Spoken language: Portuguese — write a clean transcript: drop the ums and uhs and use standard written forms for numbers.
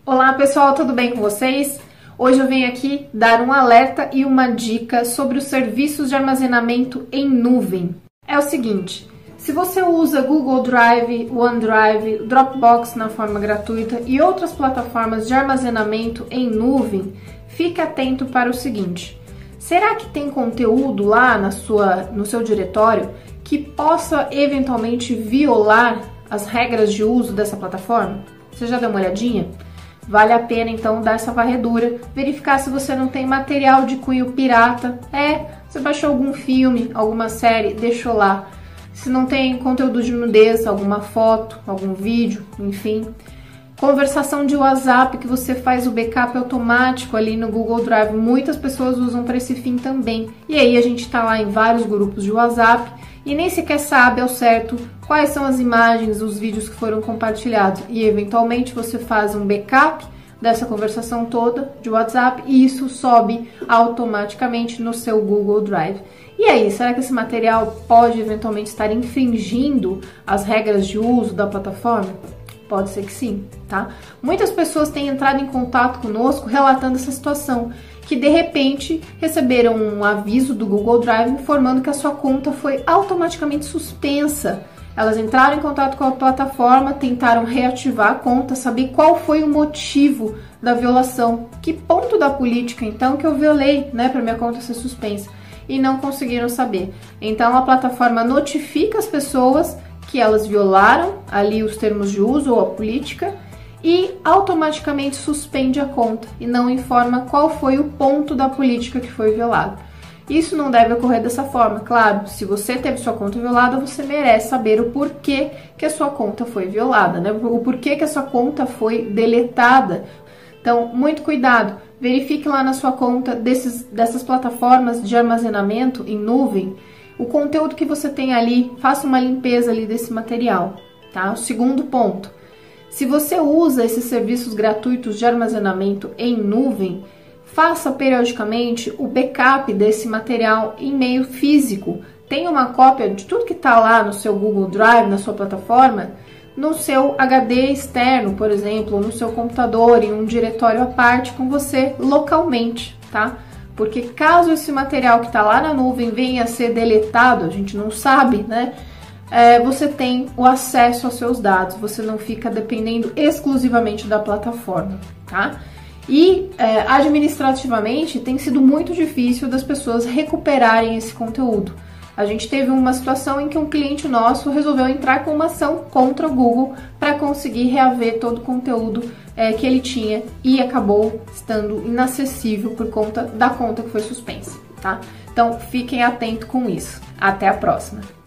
Olá pessoal, tudo bem com vocês? Hoje eu venho aqui dar um alerta e uma dica sobre os serviços de armazenamento em nuvem. É o seguinte, se você usa Google Drive, OneDrive, Dropbox na forma gratuita e outras plataformas de armazenamento em nuvem, fique atento para o seguinte. Será que tem conteúdo lá no seu diretório que possa eventualmente violar as regras de uso dessa plataforma? Você já deu uma olhadinha? Vale a pena então dar essa varredura, verificar se você não tem material de cunho pirata. Você baixou algum filme, alguma série, deixou lá. Se não tem conteúdo de nudez, alguma foto, algum vídeo, enfim. Conversação de WhatsApp, que você faz o backup automático ali no Google Drive. Muitas pessoas usam para esse fim também. E aí a gente está lá em vários grupos de WhatsApp e nem sequer sabe ao certo quais são as imagens, os vídeos que foram compartilhados. E eventualmente você faz um backup dessa conversação toda de WhatsApp e isso sobe automaticamente no seu Google Drive. E aí, será que esse material pode eventualmente estar infringindo as regras de uso da plataforma? Pode ser que sim, tá? Muitas pessoas têm entrado em contato conosco relatando essa situação, que de repente receberam um aviso do Google Drive informando que a sua conta foi automaticamente suspensa. Elas entraram em contato com a plataforma, tentaram reativar a conta, saber qual foi o motivo da violação, que ponto da política então que eu violei, né, para minha conta ser suspensa, e não conseguiram saber. Então a plataforma notifica as pessoas que elas violaram ali os termos de uso ou a política e automaticamente suspende a conta e não informa qual foi o ponto da política que foi violado. Isso não deve ocorrer dessa forma, claro. Se você teve sua conta violada, você merece saber o porquê que a sua conta foi violada, né? O porquê que a sua conta foi deletada. Então, muito cuidado. Verifique lá na sua conta dessas plataformas de armazenamento em nuvem o conteúdo que você tem ali, faça uma limpeza ali desse material, tá? O segundo ponto, se você usa esses serviços gratuitos de armazenamento em nuvem, faça periodicamente o backup desse material em meio físico. Tenha uma cópia de tudo que está lá no seu Google Drive, na sua plataforma, no seu HD externo, por exemplo, ou no seu computador, em um diretório à parte com você localmente, tá? Porque caso esse material que está lá na nuvem venha a ser deletado, a gente não sabe, né? Você tem o acesso aos seus dados, você não fica dependendo exclusivamente da plataforma, tá? E administrativamente tem sido muito difícil das pessoas recuperarem esse conteúdo. A gente teve uma situação em que um cliente nosso resolveu entrar com uma ação contra o Google para conseguir reaver todo o conteúdo que ele tinha e acabou estando inacessível por conta da conta que foi suspensa, tá? Então fiquem atentos com isso. Até a próxima!